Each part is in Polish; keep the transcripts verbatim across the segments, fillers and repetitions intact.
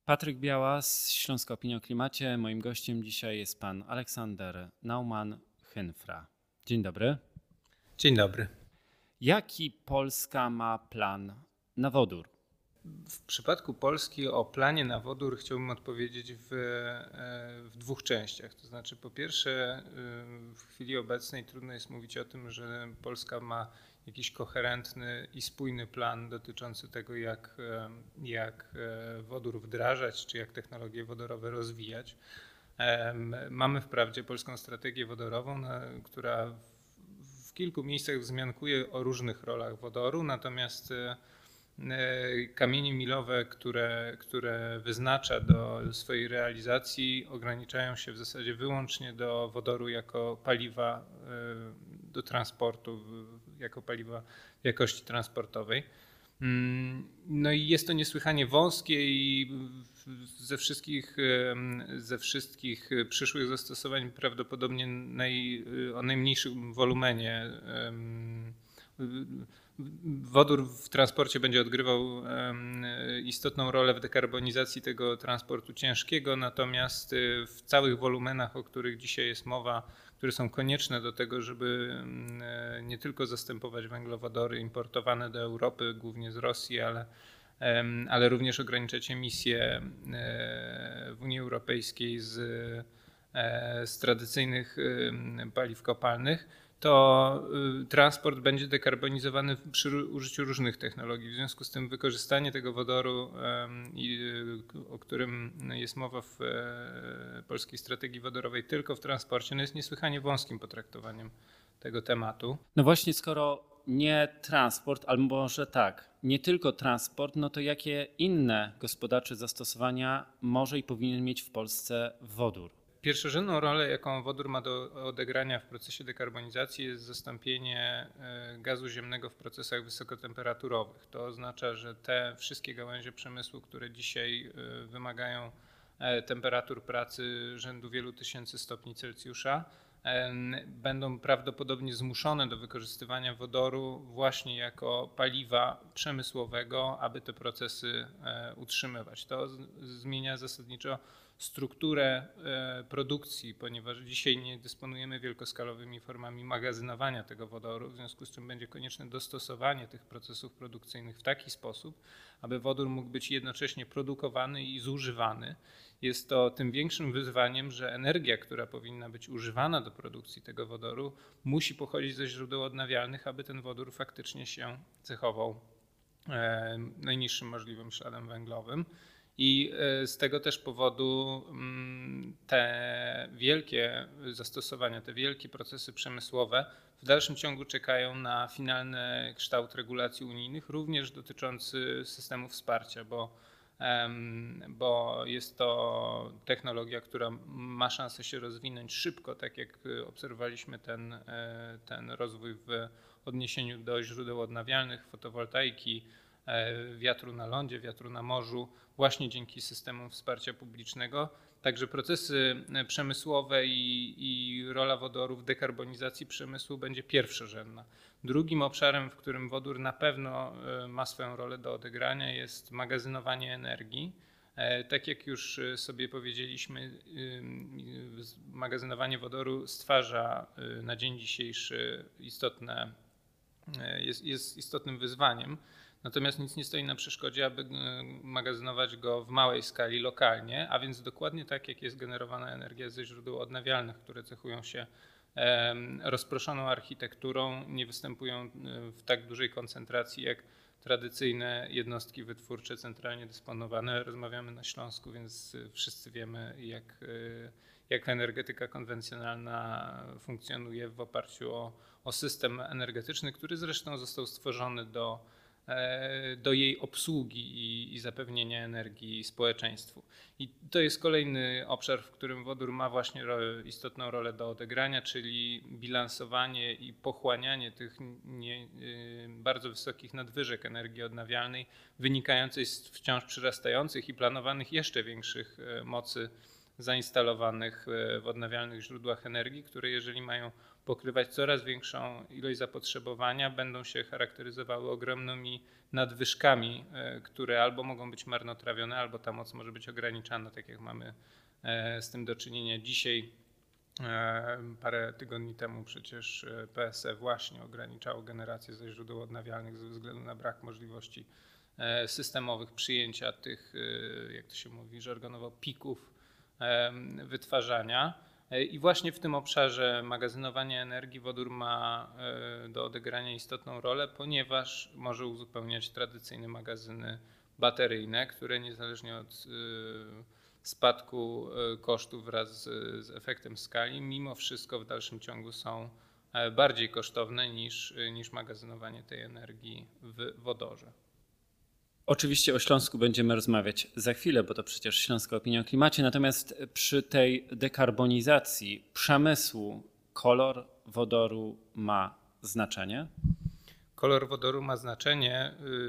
Patryk Białas, Śląska Opinia o Klimacie. Moim gościem dzisiaj jest pan Aleksander Naumann-Hynfra. Dzień dobry. Dzień dobry. Jaki Polska ma plan na wodór? W przypadku Polski o planie na wodór chciałbym odpowiedzieć w, w dwóch częściach. To znaczy, po pierwsze, w chwili obecnej trudno jest mówić o tym, że Polska ma jakiś koherentny i spójny plan dotyczący tego, jak, jak wodór wdrażać, czy jak technologie wodorowe rozwijać. Mamy wprawdzie polską strategię wodorową, która w kilku miejscach wzmiankuje o różnych rolach wodoru, natomiast kamienie milowe, które, które wyznacza do swojej realizacji, ograniczają się w zasadzie wyłącznie do wodoru jako paliwa do transportu, jako paliwa jakości transportowej. No i jest to niesłychanie wąskie i ze wszystkich, ze wszystkich przyszłych zastosowań prawdopodobnie naj, o najmniejszym wolumenie. Wodór w transporcie będzie odgrywał istotną rolę w dekarbonizacji tego transportu ciężkiego, natomiast w całych wolumenach, o których dzisiaj jest mowa, które są konieczne do tego, żeby nie tylko zastępować węglowodory importowane do Europy, głównie z Rosji, ale, ale również ograniczać emisje w Unii Europejskiej z, z tradycyjnych paliw kopalnych, to transport będzie dekarbonizowany przy użyciu różnych technologii. W związku z tym wykorzystanie tego wodoru, o którym jest mowa w polskiej strategii wodorowej tylko w transporcie, no jest niesłychanie wąskim potraktowaniem tego tematu. No właśnie, skoro nie transport, albo może tak, nie tylko transport, no to jakie inne gospodarcze zastosowania może i powinien mieć w Polsce wodór? Pierwszorzędną rolę, jaką wodór ma do odegrania w procesie dekarbonizacji, jest zastąpienie gazu ziemnego w procesach wysokotemperaturowych. To oznacza, że te wszystkie gałęzie przemysłu, które dzisiaj wymagają temperatur pracy rzędu wielu tysięcy stopni Celsjusza, będą prawdopodobnie zmuszone do wykorzystywania wodoru właśnie jako paliwa przemysłowego, aby te procesy utrzymywać. To zmienia zasadniczo strukturę produkcji, ponieważ dzisiaj nie dysponujemy wielkoskalowymi formami magazynowania tego wodoru, w związku z czym będzie konieczne dostosowanie tych procesów produkcyjnych w taki sposób, aby wodór mógł być jednocześnie produkowany i zużywany. Jest to tym większym wyzwaniem, że energia, która powinna być używana do produkcji tego wodoru, musi pochodzić ze źródeł odnawialnych, aby ten wodór faktycznie się cechował najniższym możliwym śladem węglowym. I z tego też powodu te wielkie zastosowania, te wielkie procesy przemysłowe w dalszym ciągu czekają na finalny kształt regulacji unijnych, również dotyczący systemu wsparcia, bo, bo jest to technologia, która ma szansę się rozwinąć szybko, tak jak obserwowaliśmy ten, ten rozwój w odniesieniu do źródeł odnawialnych, fotowoltaiki, wiatru na lądzie, wiatru na morzu, właśnie dzięki systemom wsparcia publicznego. Także procesy przemysłowe i, i rola wodoru w dekarbonizacji przemysłu będzie pierwszorzędna. Drugim obszarem, w którym wodór na pewno ma swoją rolę do odegrania, jest magazynowanie energii. Tak jak już sobie powiedzieliśmy, magazynowanie wodoru stwarza na dzień dzisiejszy istotne, jest, jest istotnym wyzwaniem. Natomiast nic nie stoi na przeszkodzie, aby magazynować go w małej skali lokalnie, a więc dokładnie tak, jak jest generowana energia ze źródeł odnawialnych, które cechują się rozproszoną architekturą, nie występują w tak dużej koncentracji jak tradycyjne jednostki wytwórcze centralnie dysponowane. Rozmawiamy na Śląsku, więc wszyscy wiemy, jak, jak energetyka konwencjonalna funkcjonuje w oparciu o, o system energetyczny, który zresztą został stworzony do do jej obsługi i, i zapewnienia energii społeczeństwu. I to jest kolejny obszar, w którym wodór ma właśnie rolę, istotną rolę do odegrania, czyli bilansowanie i pochłanianie tych nie, bardzo wysokich nadwyżek energii odnawialnej wynikającej z wciąż przyrastających i planowanych jeszcze większych mocy zainstalowanych w odnawialnych źródłach energii, które jeżeli mają pokrywać coraz większą ilość zapotrzebowania, będą się charakteryzowały ogromnymi nadwyżkami, które albo mogą być marnotrawione, albo ta moc może być ograniczana, tak jak mamy z tym do czynienia dzisiaj. Parę tygodni temu przecież P S E właśnie ograniczało generację ze źródeł odnawialnych ze względu na brak możliwości systemowych przyjęcia tych, jak to się mówi żargonowo, pików wytwarzania. I właśnie w tym obszarze magazynowania energii wodór ma do odegrania istotną rolę, ponieważ może uzupełniać tradycyjne magazyny bateryjne, które niezależnie od spadku kosztów wraz z, z efektem skali, mimo wszystko w dalszym ciągu są bardziej kosztowne niż, niż magazynowanie tej energii w wodorze. Oczywiście o Śląsku będziemy rozmawiać za chwilę, bo to przecież Śląska Opinia o Klimacie. Natomiast przy tej dekarbonizacji przemysłu kolor wodoru ma znaczenie? Kolor wodoru ma znaczenie.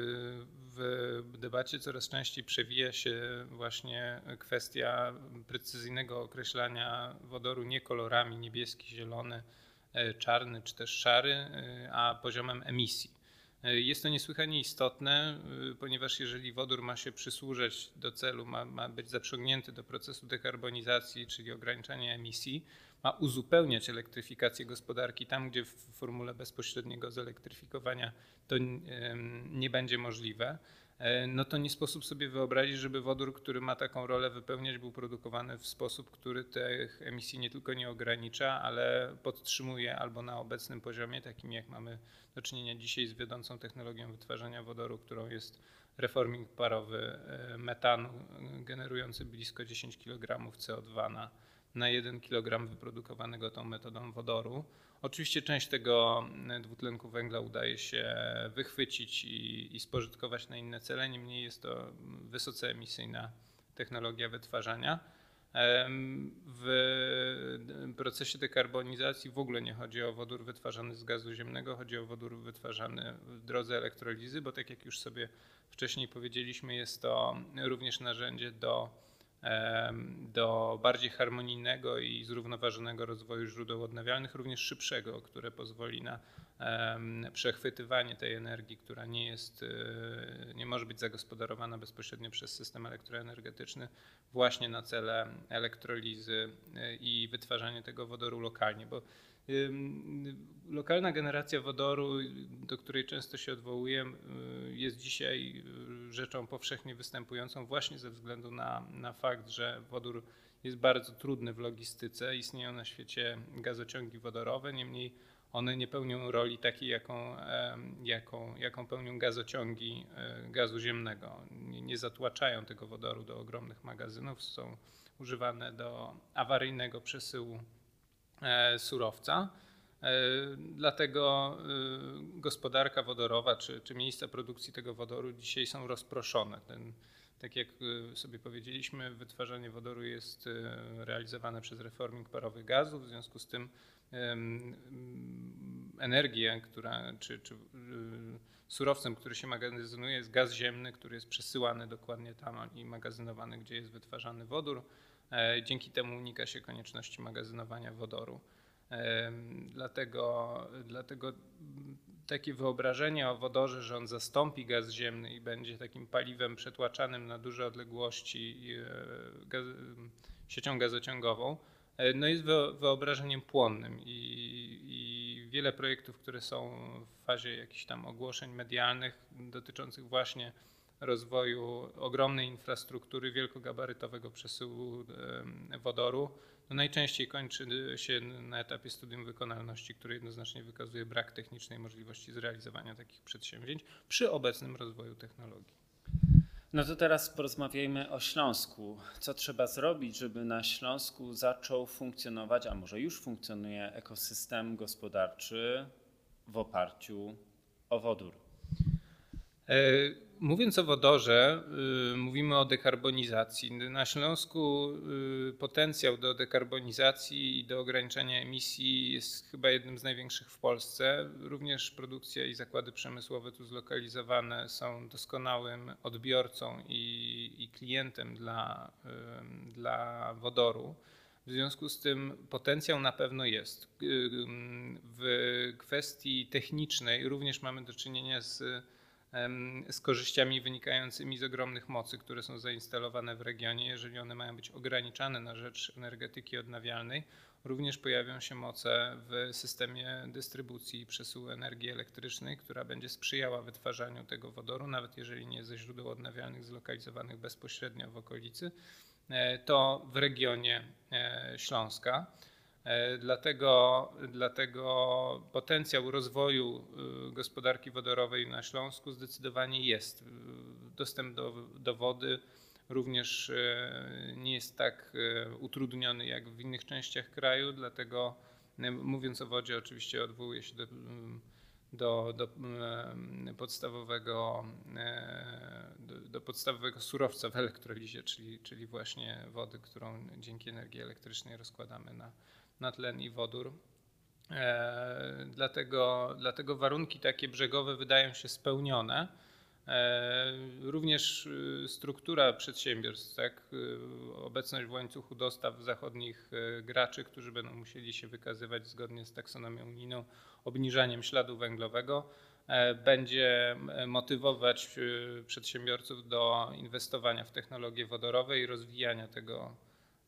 W debacie coraz częściej przewija się właśnie kwestia precyzyjnego określania wodoru nie kolorami niebieski, zielony, czarny czy też szary, a poziomem emisji. Jest to niesłychanie istotne, ponieważ jeżeli wodór ma się przysłużyć do celu, ma, ma być zaprzągnięty do procesu dekarbonizacji, czyli ograniczania emisji, ma uzupełniać elektryfikację gospodarki tam, gdzie w formule bezpośredniego zelektryfikowania to nie będzie możliwe, no to nie sposób sobie wyobrazić, żeby wodór, który ma taką rolę wypełniać, był produkowany w sposób, który tych emisji nie tylko nie ogranicza, ale podtrzymuje albo na obecnym poziomie, takim jak mamy do czynienia dzisiaj z wiodącą technologią wytwarzania wodoru, którą jest reforming parowy metanu, generujący blisko dziesięć kilogramów C O dwa na, na jeden kilogram wyprodukowanego tą metodą wodoru. Oczywiście część tego dwutlenku węgla udaje się wychwycić i, i spożytkować na inne cele, niemniej jest to wysoce emisyjna technologia wytwarzania. W procesie dekarbonizacji w ogóle nie chodzi o wodór wytwarzany z gazu ziemnego, chodzi o wodór wytwarzany w drodze elektrolizy, bo tak jak już sobie wcześniej powiedzieliśmy, jest to również narzędzie do do bardziej harmonijnego i zrównoważonego rozwoju źródeł odnawialnych, również szybszego, które pozwoli na przechwytywanie tej energii, która nie jest, nie może być zagospodarowana bezpośrednio przez system elektroenergetyczny właśnie na cele elektrolizy i wytwarzanie tego wodoru lokalnie, bo lokalna generacja wodoru, do której często się odwołuję, jest dzisiaj rzeczą powszechnie występującą właśnie ze względu na, na fakt, że wodór jest bardzo trudny w logistyce. Istnieją na świecie gazociągi wodorowe, niemniej one nie pełnią roli takiej, jaką, jaką, jaką pełnią gazociągi gazu ziemnego. Nie, nie zatłaczają tego wodoru do ogromnych magazynów, są używane do awaryjnego przesyłu surowca. Dlatego gospodarka wodorowa czy, czy miejsca produkcji tego wodoru dzisiaj są rozproszone. Ten, tak jak sobie powiedzieliśmy, wytwarzanie wodoru jest realizowane przez reforming parowy gazu, w związku z tym energię, która, czy, czy surowcem, który się magazynuje, jest gaz ziemny, który jest przesyłany dokładnie tam i magazynowany, gdzie jest wytwarzany wodór. Dzięki temu unika się konieczności magazynowania wodoru. Dlatego, dlatego takie wyobrażenie o wodorze, że on zastąpi gaz ziemny i będzie takim paliwem przetłaczanym na duże odległości gaz, siecią gazociągową, no jest wyobrażeniem płonnym i, i wiele projektów, które są w fazie jakichś tam ogłoszeń medialnych dotyczących właśnie rozwoju ogromnej infrastruktury wielkogabarytowego przesyłu wodoru, no najczęściej kończy się na etapie studium wykonalności, które jednoznacznie wykazuje brak technicznej możliwości zrealizowania takich przedsięwzięć przy obecnym rozwoju technologii. No to teraz porozmawiajmy o Śląsku. Co trzeba zrobić, żeby na Śląsku zaczął funkcjonować, a może już funkcjonuje ekosystem gospodarczy w oparciu o wodór? Mówiąc o wodorze, y, mówimy o dekarbonizacji. Na Śląsku y, potencjał do dekarbonizacji i do ograniczenia emisji jest chyba jednym z największych w Polsce. Również produkcja i zakłady przemysłowe tu zlokalizowane są doskonałym odbiorcą i, i klientem dla, y, dla wodoru. W związku z tym potencjał na pewno jest. W kwestii technicznej również mamy do czynienia z, z korzyściami wynikającymi z ogromnych mocy, które są zainstalowane w regionie. Jeżeli one mają być ograniczane na rzecz energetyki odnawialnej, również pojawią się moce w systemie dystrybucji i przesyłu energii elektrycznej, która będzie sprzyjała wytwarzaniu tego wodoru, nawet jeżeli nie ze źródeł odnawialnych zlokalizowanych bezpośrednio w okolicy, to w regionie Śląska. Dlatego, dlatego potencjał rozwoju gospodarki wodorowej na Śląsku zdecydowanie jest. Dostęp do, do wody również nie jest tak utrudniony jak w innych częściach kraju, dlatego mówiąc o wodzie oczywiście odwołuję się do Do, do, podstawowego, do, do podstawowego surowca w elektrolizie, czyli, czyli właśnie wody, którą dzięki energii elektrycznej rozkładamy na, na tlen i wodór. E, dlatego, dlatego warunki takie brzegowe wydają się spełnione. E, również struktura przedsiębiorstw, tak? Obecność w łańcuchu dostaw zachodnich graczy, którzy będą musieli się wykazywać zgodnie z taksonomią unijną obniżaniem śladu węglowego, będzie motywować przedsiębiorców do inwestowania w technologie wodorowe i rozwijania tego,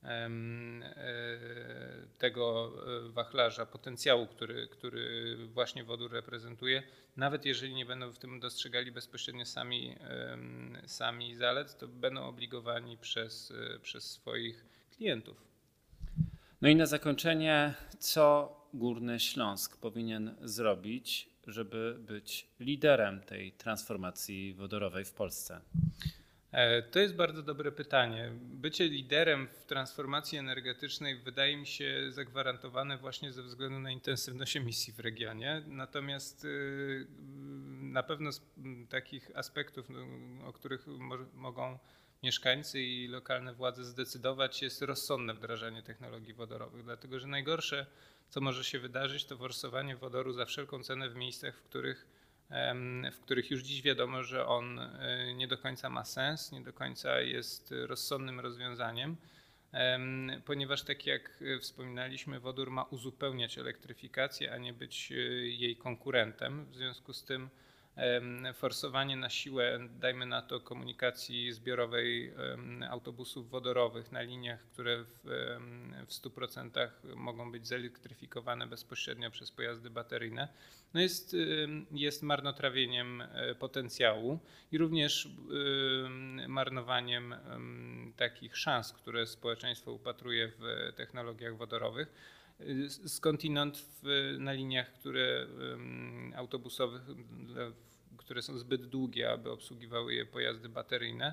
tego wachlarza potencjału, który, który właśnie wodór reprezentuje. Nawet jeżeli nie będą w tym dostrzegali bezpośrednio sami, sami zalet, to będą obligowani przez, przez swoich klientów. No i na zakończenie, co Górny Śląsk powinien zrobić, żeby być liderem tej transformacji wodorowej w Polsce? To jest bardzo dobre pytanie. Bycie liderem w transformacji energetycznej wydaje mi się zagwarantowane właśnie ze względu na intensywność emisji w regionie. Natomiast na pewno z takich aspektów, o których mogą mieszkańcy i lokalne władze zdecydować, jest rozsądne wdrażanie technologii wodorowych, dlatego że najgorsze, co może się wydarzyć, to forsowanie wodoru za wszelką cenę w miejscach, w których, w których już dziś wiadomo, że on nie do końca ma sens, nie do końca jest rozsądnym rozwiązaniem, ponieważ tak jak wspominaliśmy, wodór ma uzupełniać elektryfikację, a nie być jej konkurentem. W związku z tym forsowanie na siłę, dajmy na to, komunikacji zbiorowej autobusów wodorowych na liniach, które w, w stu procentach mogą być zelektryfikowane bezpośrednio przez pojazdy bateryjne, no jest, jest marnotrawieniem potencjału i również marnowaniem takich szans, które społeczeństwo upatruje w technologiach wodorowych. Skądinąd w, na liniach, które autobusowych, które są zbyt długie, aby obsługiwały je pojazdy bateryjne,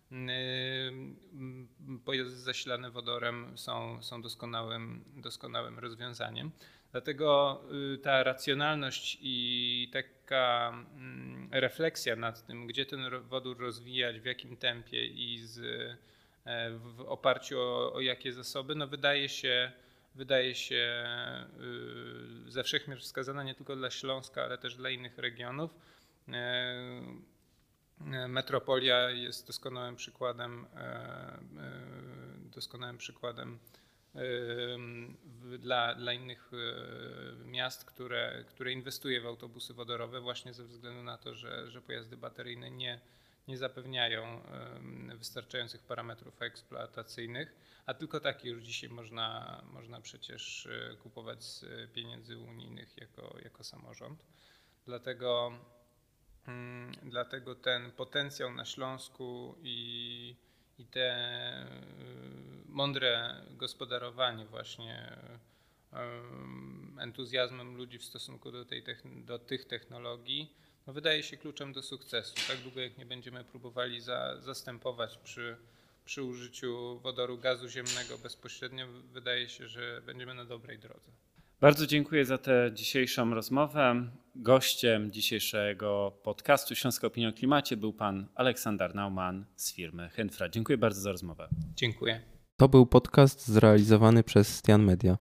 pojazdy zasilane wodorem są, są doskonałym, doskonałym rozwiązaniem. Dlatego ta racjonalność i taka refleksja nad tym, gdzie ten wodór rozwijać, w jakim tempie i z, w oparciu o, o jakie zasoby, no wydaje się wydaje się ze wszech miar wskazana nie tylko dla Śląska, ale też dla innych regionów. Metropolia jest doskonałym przykładem, doskonałym przykładem dla, dla innych miast, które, które inwestuje w autobusy wodorowe właśnie ze względu na to, że, że pojazdy bateryjne nie, nie zapewniają wystarczających parametrów eksploatacyjnych, a tylko takie już dzisiaj można, można przecież kupować z pieniędzy unijnych jako, jako samorząd. Dlatego, dlatego ten potencjał na Śląsku i, i te mądre gospodarowanie właśnie entuzjazmem ludzi w stosunku do, tej, do tych technologii, no wydaje się kluczem do sukcesu. Tak długo jak nie będziemy próbowali za, zastępować przy, przy użyciu wodoru gazu ziemnego bezpośrednio, wydaje się, że będziemy na dobrej drodze. Bardzo dziękuję za tę dzisiejszą rozmowę. Gościem dzisiejszego podcastu Śląska Opinia o Klimacie był pan Aleksander Naumann z firmy Hynfra. Dziękuję bardzo za rozmowę. Dziękuję. To był podcast zrealizowany przez Stian Media.